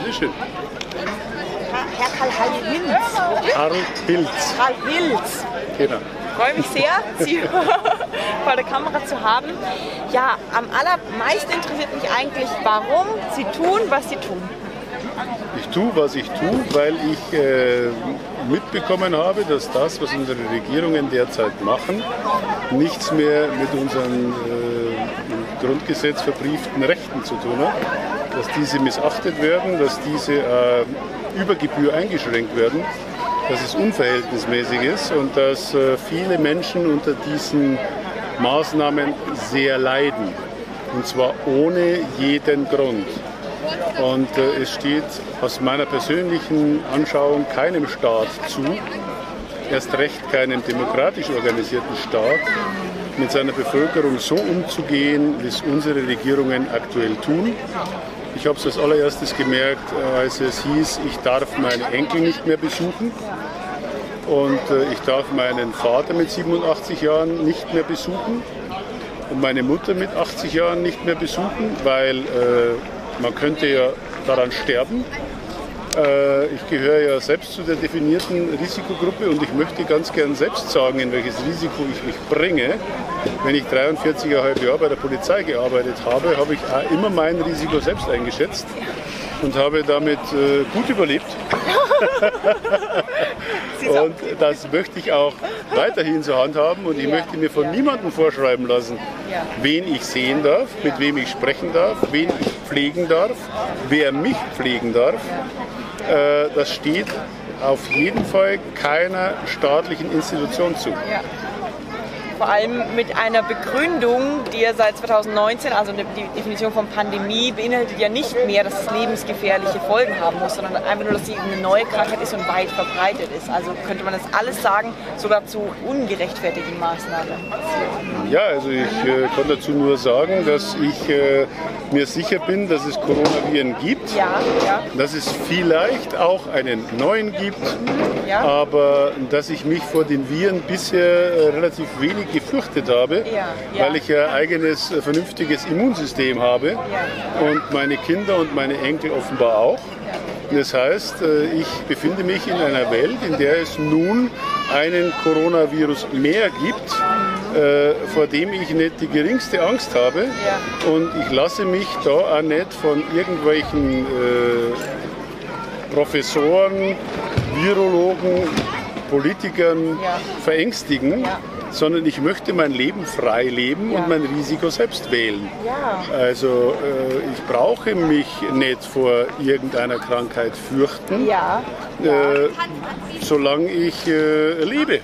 Bitteschön. Herr Karl-Pilz. Karl Pilz. Karl Pilz. Genau. Ich freue mich sehr, Sie vor der Kamera zu haben. Ja, am allermeisten interessiert mich eigentlich, warum Sie tun, was Sie tun. Ich tue, was ich tue, weil ich mitbekommen habe, dass das, was unsere Regierungen derzeit machen, nichts mehr mit unseren im Grundgesetz verbrieften Rechten zu tun hat. Dass diese missachtet werden, dass diese über Gebühr eingeschränkt werden, dass es unverhältnismäßig ist und dass viele Menschen unter diesen Maßnahmen sehr leiden. Und zwar ohne jeden Grund. Und es steht aus meiner persönlichen Anschauung keinem Staat zu, erst recht keinem demokratisch organisierten Staat, mit seiner Bevölkerung so umzugehen, wie es unsere Regierungen aktuell tun. Ich habe es als allererstes gemerkt, als es hieß, ich darf meine Enkel nicht mehr besuchen und ich darf meinen Vater mit 87 Jahren nicht mehr besuchen und meine Mutter mit 80 Jahren nicht mehr besuchen, weil man könnte ja daran sterben. Ich gehöre ja selbst zu der definierten Risikogruppe und ich möchte ganz gern selbst sagen, in welches Risiko ich mich bringe. Wenn ich 43,5 Jahre bei der Polizei gearbeitet habe, habe ich auch immer mein Risiko selbst eingeschätzt und habe damit gut überlebt. Und das möchte ich auch weiterhin so handhaben und ich möchte mir von niemandem vorschreiben lassen, wen ich sehen darf, mit wem ich sprechen darf, wen ich pflegen darf, wer mich pflegen darf. Das steht auf jeden Fall keiner staatlichen Institution zu. Ja. Vor allem mit einer Begründung, die ja seit 2019, also die Definition von Pandemie, beinhaltet ja nicht mehr, dass es lebensgefährliche Folgen haben muss, sondern einfach nur, dass sie eine neue Krankheit ist und weit verbreitet ist. Also könnte man das alles sagen, sogar zu ungerechtfertigten Maßnahmen. Ja, also ich kann dazu nur sagen, dass ich mir sicher bin, dass es Coronaviren gibt, dass es vielleicht auch einen neuen gibt, aber dass ich mich vor den Viren bisher relativ wenig gefürchtet habe, weil ich ein eigenes vernünftiges Immunsystem habe und meine Kinder und meine Enkel offenbar auch. Das heißt, ich befinde mich in einer Welt, in der es nun einen Coronavirus mehr gibt, vor dem ich nicht die geringste Angst habe. Und ich lasse mich da auch nicht von irgendwelchen Professoren, Virologen, Politikern verängstigen, sondern ich möchte mein Leben frei leben und mein Risiko selbst wählen. Also ich brauche mich nicht vor irgendeiner Krankheit fürchten, solange ich lebe.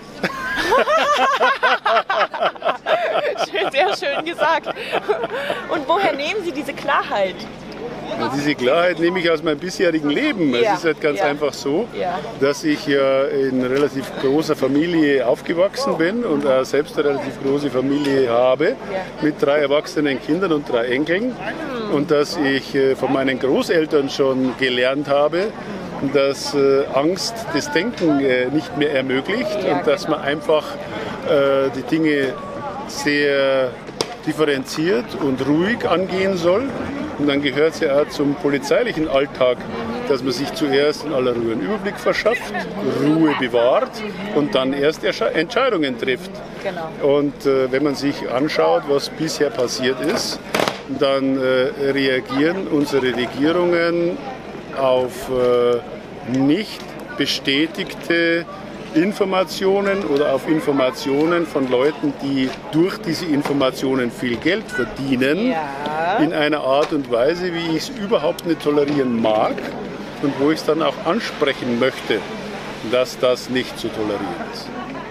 Sehr schön gesagt. Und woher nehmen Sie diese Klarheit? Ja, diese Klarheit nehme ich aus meinem bisherigen Leben. Es ist halt ganz einfach so, dass ich ja in relativ großer Familie aufgewachsen bin und auch selbst eine relativ große Familie habe mit 3 erwachsenen Kindern und 3 Enkeln. Und dass ich von meinen Großeltern schon gelernt habe, dass Angst das Denken nicht mehr ermöglicht und dass man einfach die Dinge sehr differenziert und ruhig angehen soll. Und dann gehört es ja auch zum polizeilichen Alltag, dass man sich zuerst in aller Ruhe einen Überblick verschafft, Ruhe bewahrt und dann erst Entscheidungen trifft. Und wenn man sich anschaut, was bisher passiert ist, dann reagieren unsere Regierungen auf nicht bestätigte Informationen oder auf Informationen von Leuten, die durch diese Informationen viel Geld verdienen, in einer Art und Weise, wie ich es überhaupt nicht tolerieren mag und wo ich es dann auch ansprechen möchte, dass das nicht zu tolerieren ist.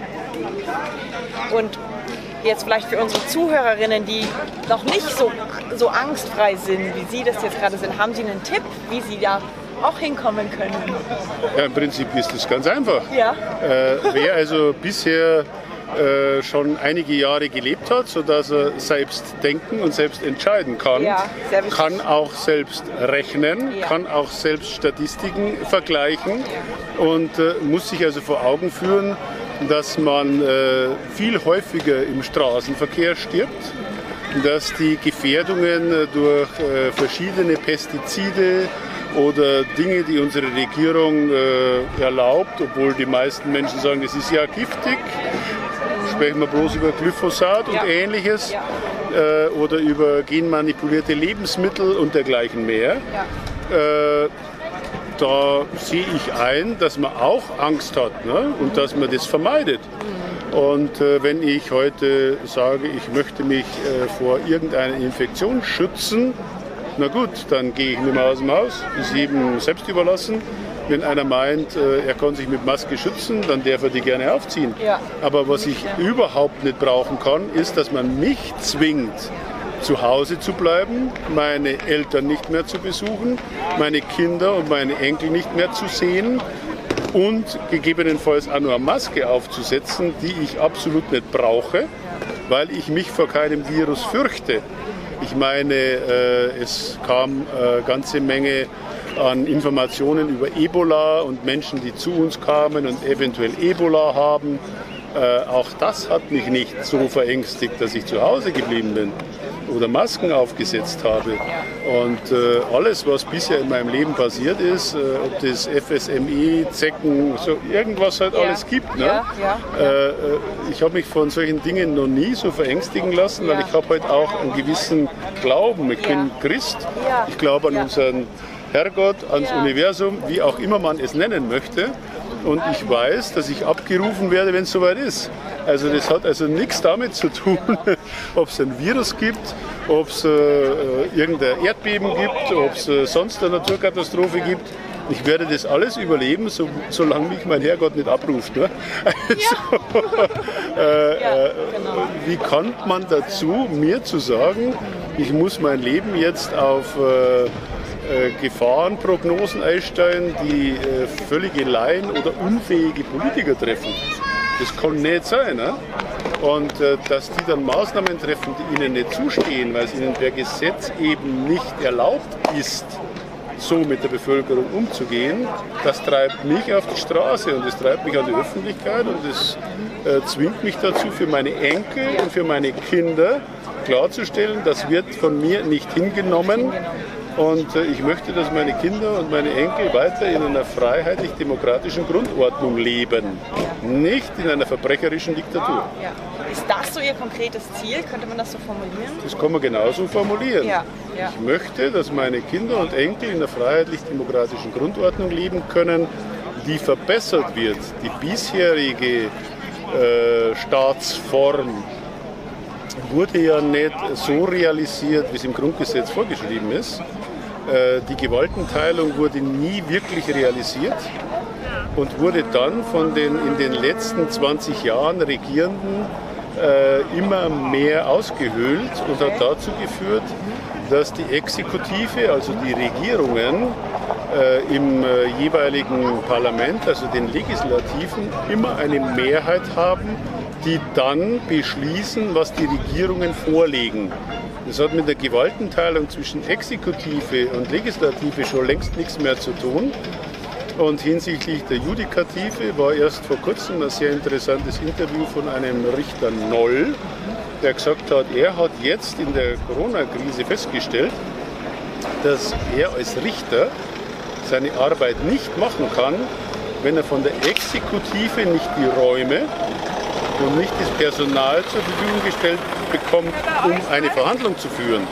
Und jetzt vielleicht für unsere Zuhörerinnen, die noch nicht so angstfrei sind, wie Sie das jetzt gerade sind, haben Sie einen Tipp, wie Sie da auch hinkommen können? Ja, im Prinzip ist es ganz einfach. Wer also bisher schon einige Jahre gelebt hat, sodass er selbst denken und selbst entscheiden kann, kann auch selbst rechnen, kann auch selbst Statistiken vergleichen und muss sich also vor Augen führen, dass man viel häufiger im Straßenverkehr stirbt, dass die Gefährdungen durch verschiedene Pestizide oder Dinge, die unsere Regierung erlaubt, obwohl die meisten Menschen sagen, das ist ja giftig, sprechen wir bloß über Glyphosat und Ähnliches, oder über genmanipulierte Lebensmittel und dergleichen mehr. Da sehe ich ein, dass man auch Angst hat, ne? Und dass man das vermeidet. Und wenn ich heute sage, ich möchte mich vor irgendeiner Infektion schützen, na gut, dann gehe ich nicht mehr aus dem Haus, ist jedem selbst überlassen. Wenn einer meint, er kann sich mit Maske schützen, dann darf er die gerne aufziehen. Ja. Aber was ich überhaupt nicht brauchen kann, ist, dass man mich zwingt, zu Hause zu bleiben, meine Eltern nicht mehr zu besuchen, meine Kinder und meine Enkel nicht mehr zu sehen und gegebenenfalls auch nur eine Maske aufzusetzen, die ich absolut nicht brauche, weil ich mich vor keinem Virus fürchte. Ich meine, es kam eine ganze Menge an Informationen über Ebola und Menschen, die zu uns kamen und eventuell Ebola haben. Auch das hat mich nicht so verängstigt, dass ich zu Hause geblieben bin oder Masken aufgesetzt habe. Und alles, was bisher in meinem Leben passiert ist, ob das FSME, Zecken, so irgendwas halt alles gibt. Ne? Ich habe mich von solchen Dingen noch nie so verängstigen lassen, weil ich habe halt auch einen gewissen Glauben. Ich bin Christ, ich glaube an unseren Herrgott, ans Universum, wie auch immer man es nennen möchte. Und ich weiß, dass ich abgerufen werde, wenn es soweit ist. Also das hat also nichts damit zu tun, ob es ein Virus gibt, ob es irgendein Erdbeben gibt, ob es sonst eine Naturkatastrophe gibt. Ich werde das alles überleben, solange mich mein Herrgott nicht abruft. Ne? Also, wie kommt man dazu, mir zu sagen, ich muss mein Leben jetzt auf Gefahrenprognosen einstellen, die völlige Laien oder unfähige Politiker treffen? Das kann nicht sein. Ne? Und dass die dann Maßnahmen treffen, die ihnen nicht zustehen, weil es ihnen per Gesetz eben nicht erlaubt ist, so mit der Bevölkerung umzugehen, das treibt mich auf die Straße und das treibt mich an die Öffentlichkeit und das zwingt mich dazu, für meine Enkel und für meine Kinder klarzustellen, das wird von mir nicht hingenommen. Und ich möchte, dass meine Kinder und meine Enkel weiter in einer freiheitlich-demokratischen Grundordnung leben, nicht in einer verbrecherischen Diktatur. Ja. Ist das so Ihr konkretes Ziel? Könnte man das so formulieren? Das kann man genauso formulieren. Ja. Ich möchte, dass meine Kinder und Enkel in einer freiheitlich-demokratischen Grundordnung leben können, die verbessert wird. Die bisherige Staatsform wurde ja nicht so realisiert, wie es im Grundgesetz vorgeschrieben ist. Die Gewaltenteilung wurde nie wirklich realisiert und wurde dann von den in den letzten 20 Jahren Regierenden immer mehr ausgehöhlt und hat dazu geführt, dass die Exekutive, also die Regierungen im jeweiligen Parlament, also den Legislativen, immer eine Mehrheit haben, die dann beschließen, was die Regierungen vorlegen. Das hat mit der Gewaltenteilung zwischen Exekutive und Legislative schon längst nichts mehr zu tun. Und hinsichtlich der Judikative war erst vor kurzem ein sehr interessantes Interview von einem Richter Noll, der gesagt hat, er hat jetzt in der Corona-Krise festgestellt, dass er als Richter seine Arbeit nicht machen kann, wenn er von der Exekutive nicht die Räume und nicht das Personal zur Verfügung gestellt bekommt, um eine Verhandlung zu führen.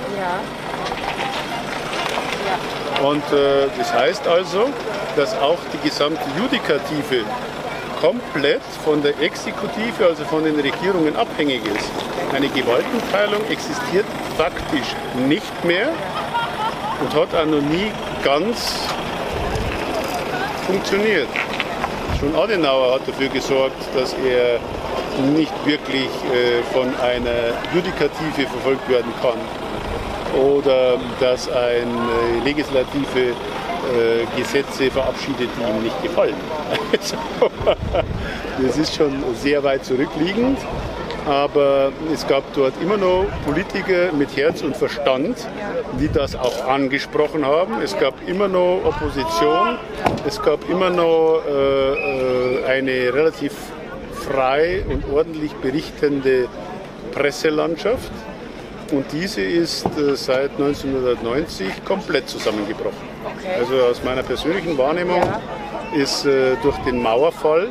Und das heißt also, dass auch die gesamte Judikative komplett von der Exekutive, also von den Regierungen abhängig ist. Eine Gewaltenteilung existiert faktisch nicht mehr und hat auch noch nie ganz funktioniert. Schon Adenauer hat dafür gesorgt, dass er nicht wirklich von einer Judikative verfolgt werden kann oder dass eine Legislative Gesetze verabschiedet, die ihm nicht gefallen. Also, das ist schon sehr weit zurückliegend, aber es gab dort immer noch Politiker mit Herz und Verstand, die das auch angesprochen haben. Es gab immer noch Opposition, es gab immer noch eine relativ frei und ordentlich berichtende Presselandschaft. und diese ist seit 1990 komplett zusammengebrochen. Okay. Also aus meiner persönlichen Wahrnehmung ist durch den Mauerfall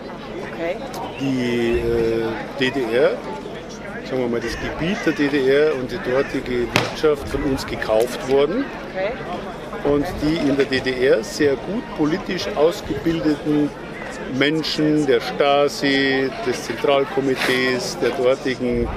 die DDR, sagen wir mal das Gebiet der DDR und die dortige Wirtschaft von uns gekauft worden. Okay. Und die in der DDR sehr gut politisch ausgebildeten Menschen der Stasi, des Zentralkomitees, der dortigen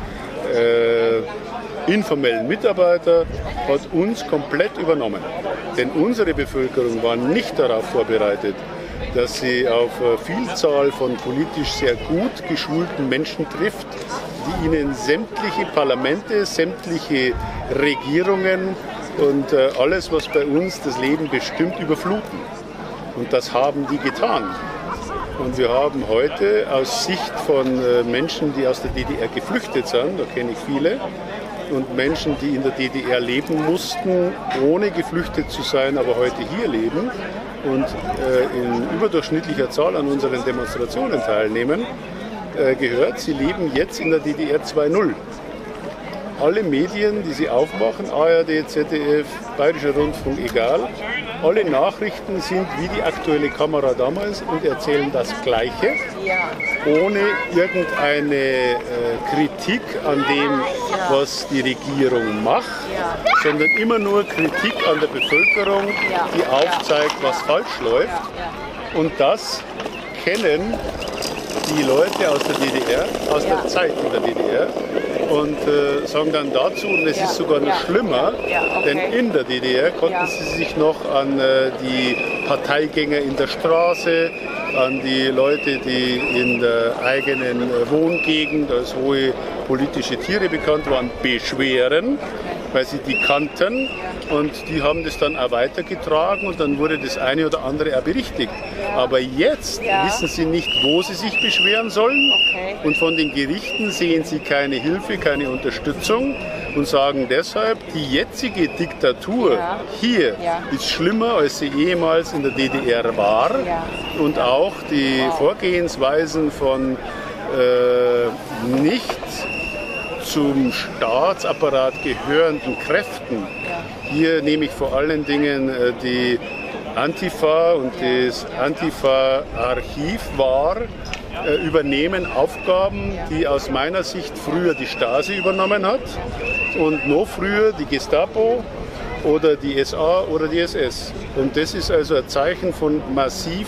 informellen Mitarbeiter hat uns komplett übernommen. Denn unsere Bevölkerung war nicht darauf vorbereitet, dass sie auf eine Vielzahl von politisch sehr gut geschulten Menschen trifft, die ihnen sämtliche Parlamente, sämtliche Regierungen und alles, was bei uns das Leben bestimmt, überfluten. Und das haben die getan. Und wir haben heute aus Sicht von Menschen, die aus der DDR geflüchtet sind, da kenne ich viele, und Menschen, die in der DDR leben mussten, ohne geflüchtet zu sein, aber heute hier leben und in überdurchschnittlicher Zahl an unseren Demonstrationen teilnehmen, gehört, sie leben jetzt in der DDR 2.0. Alle Medien, die sie aufmachen, ARD, ZDF, Bayerischer Rundfunk, egal, alle Nachrichten sind wie die aktuelle Kamera damals und erzählen das Gleiche, ohne irgendeine Kritik an dem, was die Regierung macht, sondern immer nur Kritik an der Bevölkerung, die aufzeigt, was falsch läuft. Und das kennen die Leute aus der DDR, aus der Zeit in der DDR und sagen dann dazu, und es ist sogar noch schlimmer, denn in der DDR konnten sie sich noch an die Parteigänger in der Straße, an die Leute, die in der eigenen Wohngegend als hohe politische Tiere bekannt waren, beschweren, weil sie die kannten, und die haben das dann auch weitergetragen und dann wurde das eine oder andere auch berichtigt. Aber jetzt wissen sie nicht, wo sie sich beschweren sollen, und von den Gerichten sehen sie keine Hilfe, keine Unterstützung und sagen deshalb, die jetzige Diktatur hier ist schlimmer, als sie ehemals in der DDR war, und auch die Vorgehensweisen von nicht zum Staatsapparat gehörenden Kräften. Hier nehme ich vor allen Dingen die Antifa und das Antifa-Archiv wahr, übernehmen Aufgaben, die aus meiner Sicht früher die Stasi übernommen hat und noch früher die Gestapo oder die SA oder die SS. Und das ist also ein Zeichen von massiv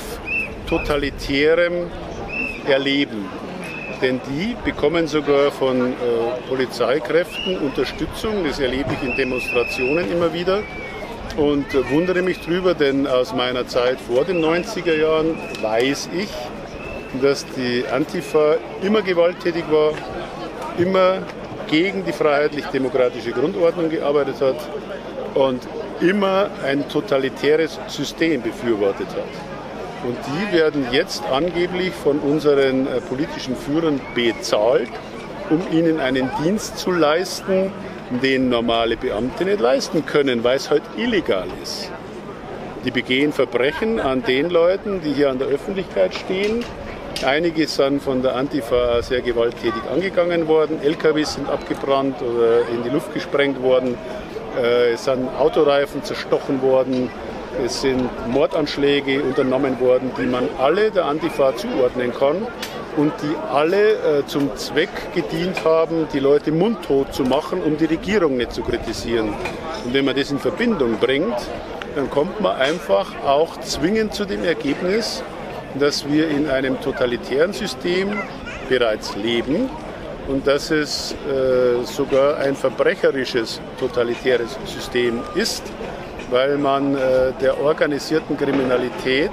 totalitärem Erleben. Denn die bekommen sogar von Polizeikräften Unterstützung, das erlebe ich in Demonstrationen immer wieder. Und wundere mich drüber, denn aus meiner Zeit vor den 90er Jahren weiß ich, dass die Antifa immer gewalttätig war, immer gegen die freiheitlich-demokratische Grundordnung gearbeitet hat und immer ein totalitäres System befürwortet hat. Und die werden jetzt angeblich von unseren politischen Führern bezahlt, um ihnen einen Dienst zu leisten, den normale Beamte nicht leisten können, weil es halt illegal ist. Die begehen Verbrechen an den Leuten, die hier an der Öffentlichkeit stehen. Einige sind von der Antifa sehr gewalttätig angegangen worden. LKWs sind abgebrannt oder in die Luft gesprengt worden. Es sind Autoreifen zerstochen worden. Es sind Mordanschläge unternommen worden, die man alle der Antifa zuordnen kann und die alle zum Zweck gedient haben, die Leute mundtot zu machen, um die Regierung nicht zu kritisieren. Und wenn man das in Verbindung bringt, dann kommt man einfach auch zwingend zu dem Ergebnis, dass wir in einem totalitären System bereits leben und dass es sogar ein verbrecherisches totalitäres System ist, weil man der organisierten Kriminalität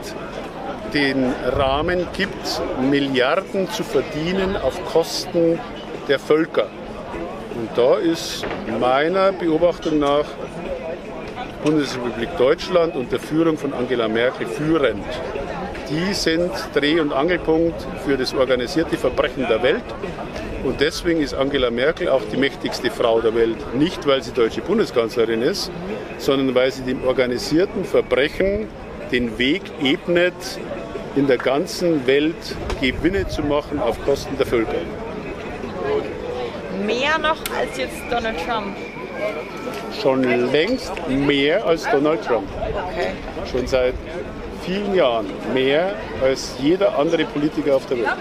den Rahmen gibt, Milliarden zu verdienen auf Kosten der Völker. Und da ist meiner Beobachtung nach Bundesrepublik Deutschland unter Führung von Angela Merkel führend. Die sind Dreh- und Angelpunkt für das organisierte Verbrechen der Welt. Und deswegen ist Angela Merkel auch die mächtigste Frau der Welt. Nicht, weil sie deutsche Bundeskanzlerin ist, sondern weil sie dem organisierten Verbrechen den Weg ebnet, in der ganzen Welt Gewinne zu machen auf Kosten der Völker. Mehr noch als jetzt Donald Trump. Schon längst mehr als Donald Trump. Okay. Schon seit vielen Jahren mehr als jeder andere Politiker auf der Welt.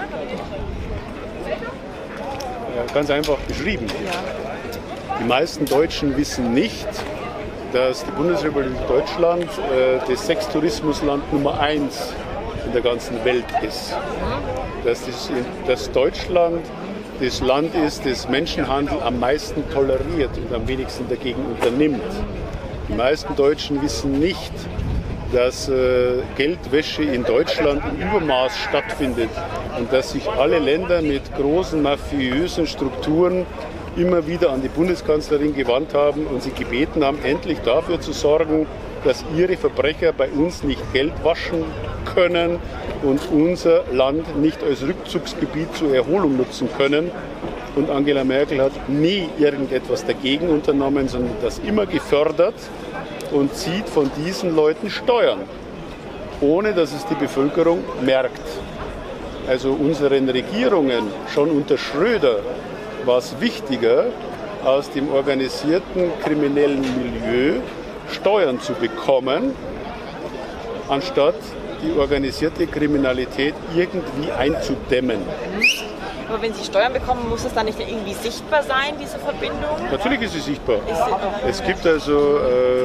Ganz einfach beschrieben. Die meisten Deutschen wissen nicht, dass die Bundesrepublik Deutschland das Sextourismusland Nummer 1 in der ganzen Welt ist. Dass Deutschland das Land ist, das Menschenhandel am meisten toleriert und am wenigsten dagegen unternimmt. Die meisten Deutschen wissen nicht, dass Geldwäsche in Deutschland im Übermaß stattfindet und dass sich alle Länder mit großen mafiösen Strukturen immer wieder an die Bundeskanzlerin gewandt haben und sie gebeten haben, endlich dafür zu sorgen, dass ihre Verbrecher bei uns nicht Geld waschen können und unser Land nicht als Rückzugsgebiet zur Erholung nutzen können. Und Angela Merkel hat nie irgendetwas dagegen unternommen, sondern das immer gefördert und zieht von diesen Leuten Steuern, ohne dass es die Bevölkerung merkt. Also unseren Regierungen, schon unter Schröder, war es wichtiger, aus dem organisierten kriminellen Milieu Steuern zu bekommen, anstatt die organisierte Kriminalität irgendwie einzudämmen. Aber wenn Sie Steuern bekommen, muss es dann nicht irgendwie sichtbar sein, diese Verbindung? Natürlich ist sie sichtbar. Es gibt also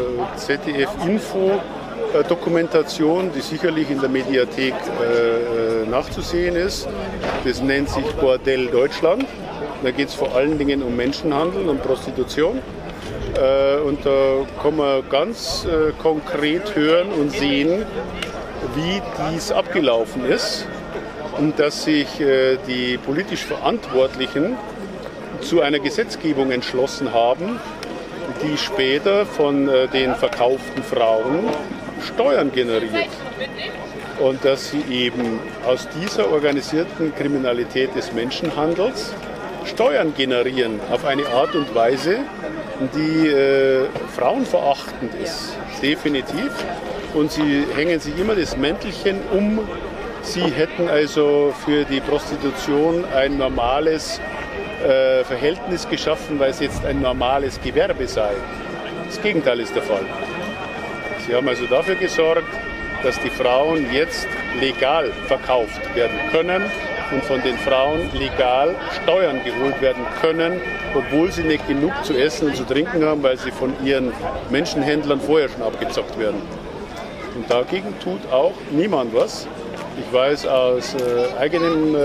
ZDF-Info-Dokumentation, die sicherlich in der Mediathek nachzusehen ist. Das nennt sich Bordell Deutschland. Da geht es vor allen Dingen um Menschenhandel und Prostitution. Und da kann man ganz konkret hören und sehen, wie dies abgelaufen ist und dass sich die politisch Verantwortlichen zu einer Gesetzgebung entschlossen haben, die später von den verkauften Frauen Steuern generiert. Und dass sie eben aus dieser organisierten Kriminalität des Menschenhandels Steuern generieren auf eine Art und Weise, die frauenverachtend ist, definitiv. Und sie hängen sich immer das Mäntelchen um. Sie hätten also für die Prostitution ein normales Verhältnis geschaffen, weil es jetzt ein normales Gewerbe sei. Das Gegenteil ist der Fall. Sie haben also dafür gesorgt, dass die Frauen jetzt legal verkauft werden können und von den Frauen legal Steuern geholt werden können, obwohl sie nicht genug zu essen und zu trinken haben, weil sie von ihren Menschenhändlern vorher schon abgezockt werden. Und dagegen tut auch niemand was. Ich weiß aus eigenem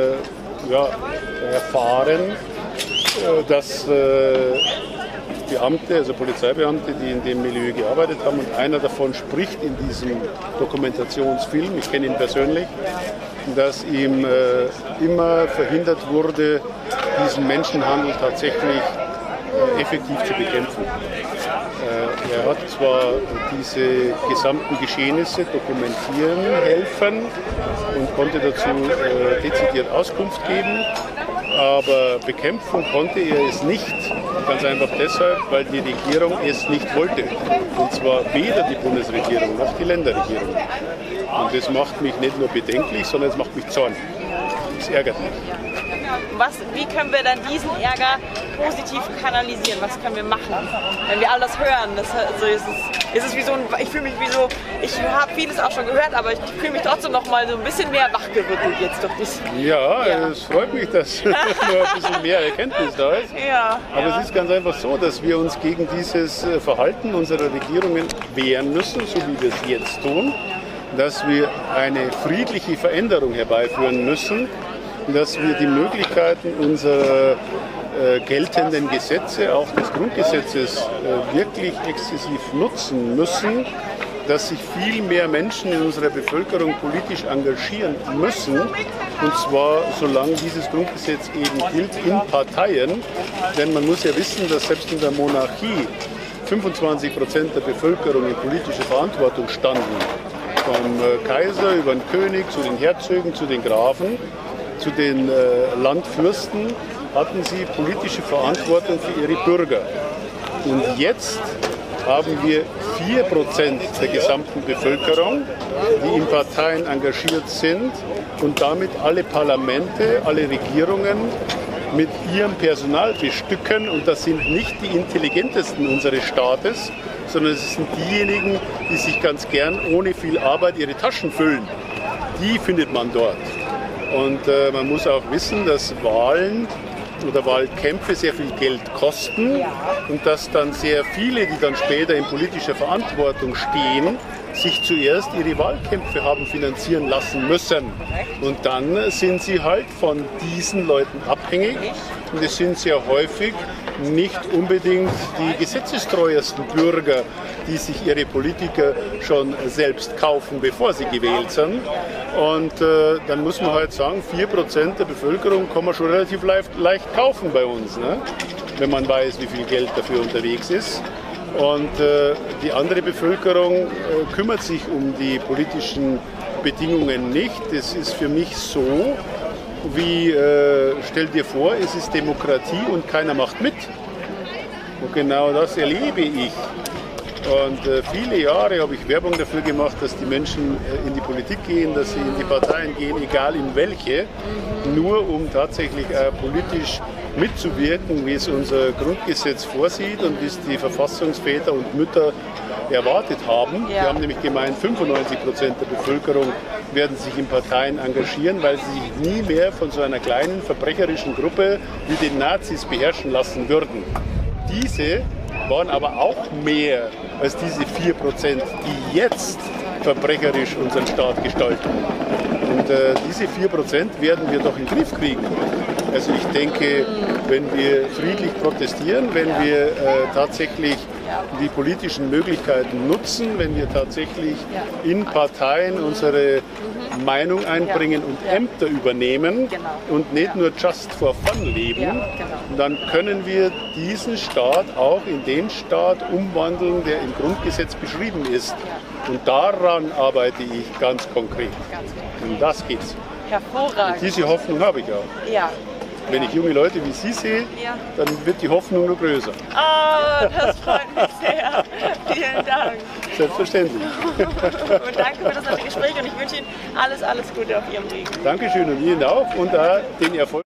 Erfahren, dass Beamte, also Polizeibeamte, die in dem Milieu gearbeitet haben, und einer davon spricht in diesem Dokumentationsfilm, ich kenne ihn persönlich, dass ihm immer verhindert wurde, diesen Menschenhandel tatsächlich effektiv zu bekämpfen. Er hat zwar diese gesamten Geschehnisse dokumentieren helfen und konnte dazu dezidiert Auskunft geben, aber bekämpfen konnte er es nicht. Ganz einfach deshalb, weil die Regierung es nicht wollte. Und zwar weder die Bundesregierung noch die Länderregierung. Und das macht mich nicht nur bedenklich, sondern es macht mich zornig. Das ärgert mich. Wie können wir dann diesen Ärger positiv kanalisieren? Was können wir machen, wenn wir all das hören? Ich fühle mich wie so, ich habe vieles auch schon gehört, aber ich fühle mich trotzdem noch mal so ein bisschen mehr wachgerüttelt jetzt durch das. Ja, es freut mich, dass nur ein bisschen mehr Erkenntnis da ist. Ja, aber es ist ganz einfach so, dass wir uns gegen dieses Verhalten unserer Regierungen wehren müssen, so wie wir es jetzt tun, dass wir eine friedliche Veränderung herbeiführen müssen, dass wir die Möglichkeiten unserer geltenden Gesetze, auch des Grundgesetzes, wirklich exzessiv nutzen müssen, dass sich viel mehr Menschen in unserer Bevölkerung politisch engagieren müssen, und zwar solange dieses Grundgesetz eben gilt, in Parteien. Denn man muss ja wissen, dass selbst in der Monarchie 25% der Bevölkerung in politischer Verantwortung standen. Vom Kaiser über den König zu den Herzögen, zu den Grafen, zu den Landfürsten hatten sie politische Verantwortung für ihre Bürger. Und jetzt haben wir 4% der gesamten Bevölkerung, die in Parteien engagiert sind und damit alle Parlamente, alle Regierungen mit ihrem Personal bestücken. Und das sind nicht die intelligentesten unseres Staates, sondern es sind diejenigen, die sich ganz gern ohne viel Arbeit ihre Taschen füllen. Die findet man dort. Und man muss auch wissen, dass Wahlen oder Wahlkämpfe sehr viel Geld kosten und dass dann sehr viele, die dann später in politischer Verantwortung stehen, sich zuerst ihre Wahlkämpfe haben finanzieren lassen müssen. Und dann sind sie halt von diesen Leuten abhängig. Und es sind sehr häufig nicht unbedingt die gesetzestreuesten Bürger, die sich ihre Politiker schon selbst kaufen, bevor sie gewählt sind. Und dann muss man halt sagen, 4% der Bevölkerung kann man schon relativ leicht kaufen bei uns, ne? Wenn man weiß, wie viel Geld dafür unterwegs ist. Und die andere Bevölkerung kümmert sich um die politischen Bedingungen nicht. Es ist für mich so, wie stell dir vor, es ist Demokratie und keiner macht mit. Und genau das erlebe ich. Und viele Jahre habe ich Werbung dafür gemacht, dass die Menschen in die Politik gehen, dass sie in die Parteien gehen, egal in welche, nur um tatsächlich politisch mitzuwirken, wie es unser Grundgesetz vorsieht und wie es die Verfassungsväter und Mütter erwartet haben. Wir haben nämlich gemeint, 95% der Bevölkerung werden sich in Parteien engagieren, weil sie sich nie mehr von so einer kleinen verbrecherischen Gruppe wie den Nazis beherrschen lassen würden. Diese waren aber auch mehr als diese 4%, die jetzt verbrecherisch unseren Staat gestalten. Und diese 4% werden wir doch in den Griff kriegen. Also ich denke, wenn wir friedlich protestieren, wenn wir tatsächlich die politischen Möglichkeiten nutzen, wenn wir tatsächlich in Parteien unsere Meinung einbringen und Ämter übernehmen und nicht nur just for fun leben, dann können wir diesen Staat auch in den Staat umwandeln, der im Grundgesetz beschrieben ist. Und daran arbeite ich ganz konkret. Um das geht's. Hervorragend. Und diese Hoffnung habe ich auch. Ja. Wenn ich junge Leute wie Sie sehe, dann wird die Hoffnung nur größer. Oh, das freut mich sehr. Vielen Dank. Selbstverständlich. Und danke für das nette Gespräch und ich wünsche Ihnen alles, alles Gute auf Ihrem Weg. Dankeschön und Ihnen auch und den Erfolg.